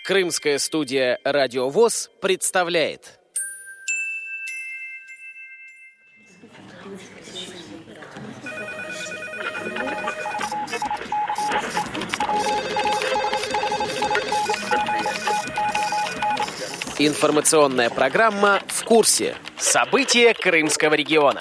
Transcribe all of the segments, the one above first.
Крымская студия «Радио ВОС» представляет. Информационная программа «В курсе». События Крымского региона.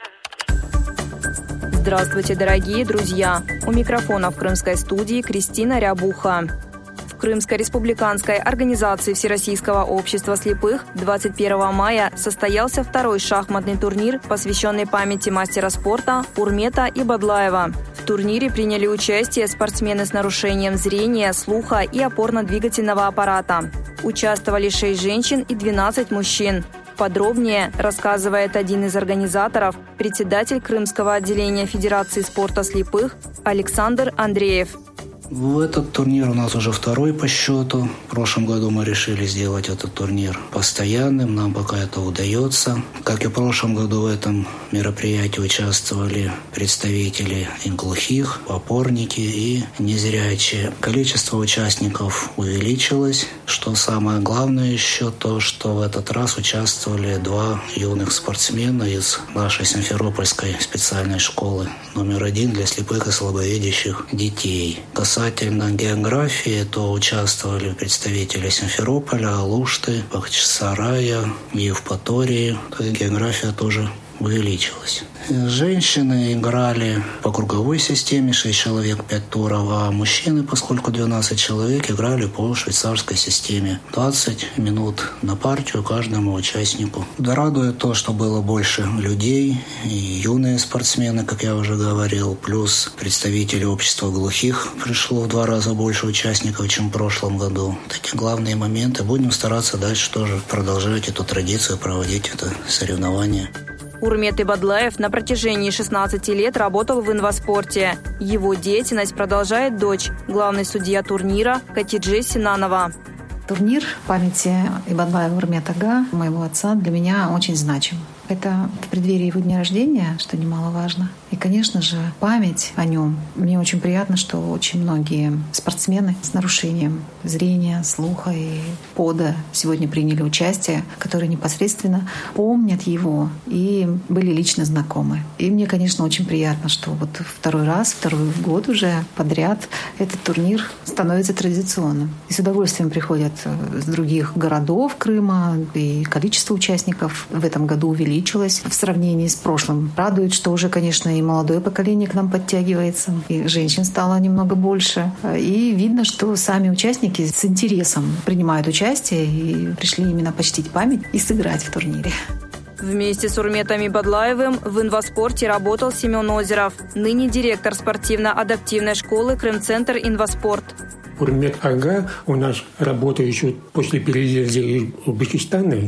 Здравствуйте, дорогие друзья! У микрофона в Крымской студии Кристина Рябуха. В Крымской республиканской организации Всероссийского общества слепых 21 мая состоялся второй шахматный турнир, посвященный памяти мастера спорта Урмета Ибадлаева. В турнире приняли участие спортсмены с нарушением зрения, слуха и опорно-двигательного аппарата. Участвовали 6 женщин и 12 мужчин. Подробнее рассказывает один из организаторов, председатель Крымского отделения Федерации спорта слепых Александр Андреев. Этот турнир у нас уже второй по счету. В прошлом году мы решили сделать этот турнир постоянным. Нам пока это удается. Как и в прошлом году, в этом мероприятии участвовали представители и глухих, опорники и незрячие. Количество участников увеличилось. Что самое главное еще, то, что в этот раз участвовали 2 юных спортсмена из нашей Симферопольской специальной школы номер 1 для слепых и слабовидящих детей. Касательно географии, то участвовали представители Симферополя, Алушты, Бахчисарая, Евпатории. География тоже увеличилась. Женщины играли по круговой системе, 6 человек 5 туров, а мужчины, поскольку 12 человек, играли по швейцарской системе. 20 минут на партию каждому участнику. Да, радует то, что было больше людей, и юные спортсмены, как я уже говорил, плюс представители общества глухих пришло в 2 раза больше участников, чем в прошлом году. Такие главные моменты. Будем стараться дальше тоже продолжать эту традицию, проводить это соревнование. Урмет Ибадлаев на протяжении 16 лет работал в инваспорте. Его деятельность продолжает дочь, главный судья турнира Катидже Синанова. Турнир памяти Ибадлаева Урмета Ага, моего отца, для меня очень значим. Это в преддверии его дня рождения, что немаловажно. И, конечно же, память о нем. Мне очень приятно, что очень многие спортсмены с нарушением зрения, слуха и пода сегодня приняли участие, которые непосредственно помнят его и были лично знакомы. И мне, конечно, очень приятно, что вот второй год уже подряд этот турнир становится традиционным. И с удовольствием приходят с других городов Крыма, и количество участников в этом году увеличилось в сравнении с прошлым. Радует, что уже, конечно, и молодое поколение к нам подтягивается, и женщин стало немного больше. И видно, что сами участники с интересом принимают участие и пришли именно почтить память и сыграть в турнире. Вместе с Урметом Ибадлаевым в инваспорте работал Семен Озеров, ныне директор спортивно-адаптивной школы «Крымцентр Инваспорт». Урмет Ага у нас работает еще после переезда из Узбекистана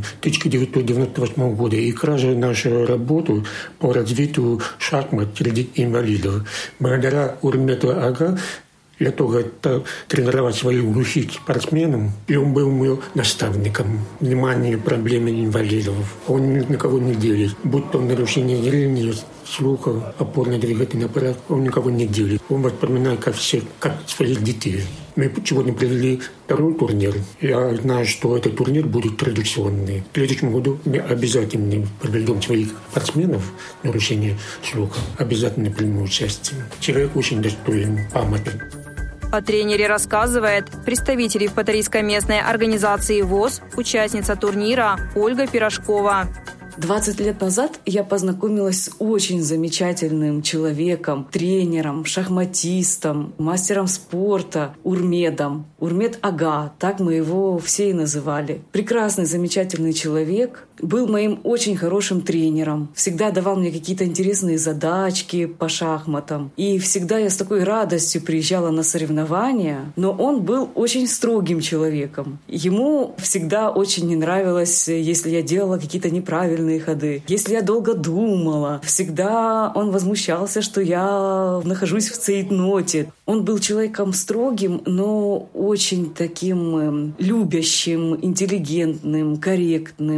1998 года и кражет нашу работу по развитию шахмат среди инвалидов. Благодаря Урмету Ага я только тренировать своих глухих спортсменов, и он был моим наставником. Внимание проблемы инвалидов. Он никого не делит. Будь то нарушение зрения, слуха, опорно-двигательный аппарат, он никого не делит. Он воспоминает как своих детей. Мы сегодня провели второй турнир. Я знаю, что этот турнир будет традиционный. В следующем году мы обязательно проведем своих спортсменов нарушение слуха. Обязательно примем участие. Человек очень достоин памяти. О тренере рассказывает представитель Евпаторийской местной организации ВОС, участница турнира Ольга Пирожкова. 20 лет назад я познакомилась с очень замечательным человеком, тренером, шахматистом, мастером спорта Урмедом. Урмет Ага, так мы его все и называли. Прекрасный, замечательный человек. Был моим очень хорошим тренером. Всегда давал мне какие-то интересные задачки по шахматам. И всегда я с такой радостью приезжала на соревнования. Но он был очень строгим человеком. Ему всегда очень не нравилось, если я делала какие-то неправильные ходы. Если я долго думала, всегда он возмущался, что я нахожусь в цейтноте. Он был человеком строгим, но очень таким любящим, интеллигентным, корректным, культурным.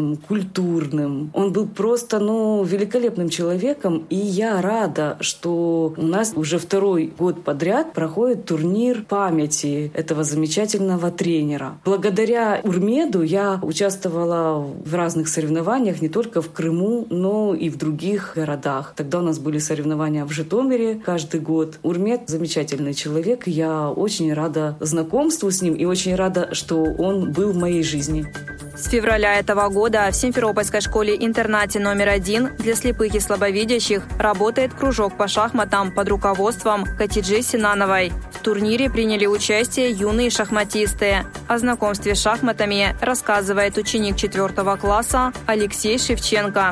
культурным. Он был просто, великолепным человеком. И я рада, что у нас уже второй год подряд проходит турнир памяти этого замечательного тренера. Благодаря Урмеду я участвовала в разных соревнованиях не только в Крыму, но и в других городах. Тогда у нас были соревнования в Житомире каждый год. Урмед — замечательный человек. Я очень рада знакомству с ним и очень рада, что он был в моей жизни. С февраля этого года в Симферопольской школе-интернате номер 1 для слепых и слабовидящих работает кружок по шахматам под руководством Катиджи Синановой. В турнире приняли участие юные шахматисты. О знакомстве с шахматами рассказывает ученик 4 класса Алексей Шевченко.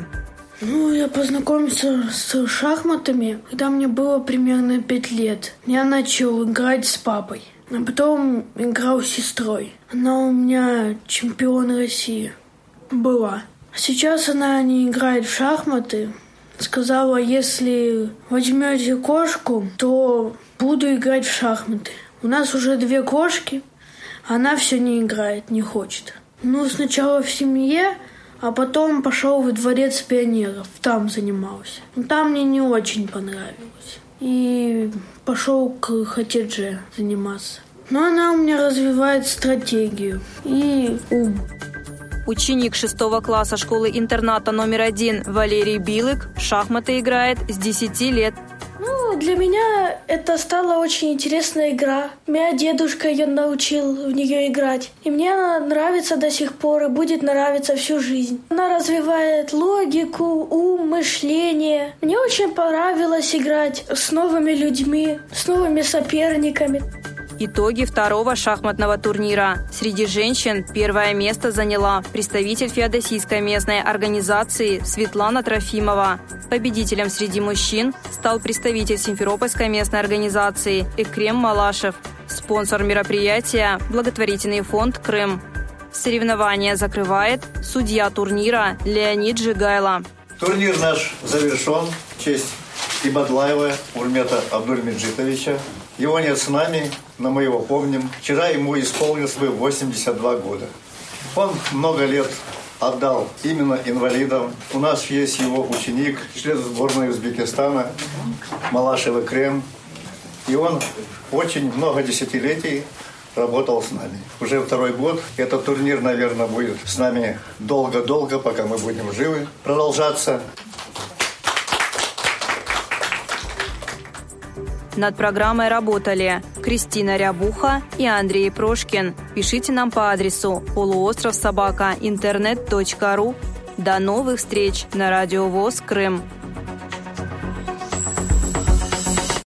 Я познакомился с шахматами, когда мне было примерно 5 лет. Я начал играть с папой, а потом играл с сестрой. Она у меня чемпион России была. Сейчас она не играет в шахматы. Сказала, если возьмете кошку, то буду играть в шахматы. У нас уже 2 кошки, она все не играет, не хочет. Сначала в семье, а потом пошел во дворец пионеров, там занимался. Там мне не очень понравилось. И пошел к Хатидже заниматься. Но она у меня развивает стратегию и ум. Ученик 6 класса школы-интерната номер 1 Валерий Билык в шахматы играет с 10 лет. Для меня это стала очень интересная игра. Меня дедушка ее научил в нее играть. И мне она нравится до сих пор и будет нравиться всю жизнь. Она развивает логику, ум, мышление. Мне очень понравилось играть с новыми людьми, с новыми соперниками. Итоги второго шахматного турнира. Среди женщин первое место заняла представитель Феодосийской местной организации Светлана Трофимова. Победителем среди мужчин стал представитель Симферопольской местной организации Экрем Малашев. Спонсор мероприятия – благотворительный фонд «Крым». Соревнование закрывает судья турнира Леонид Жигайло. Турнир наш завершен в честь Ибадлаева Урмета Абдульмеджитовича. Его нет с нами, но мы его помним. Вчера ему исполнилось 82 года. Он много лет отдал именно инвалидам. У нас есть его ученик, член сборной Узбекистана Малашев Экрем. И он очень много десятилетий работал с нами. Уже второй год. Этот турнир, наверное, будет с нами долго-долго, пока мы будем живы, продолжаться. Над программой работали Кристина Рябуха и Андрей Прошкин. Пишите нам по адресу полуостровсобака.интернет.ру. До новых встреч на Радио ВОС Крым.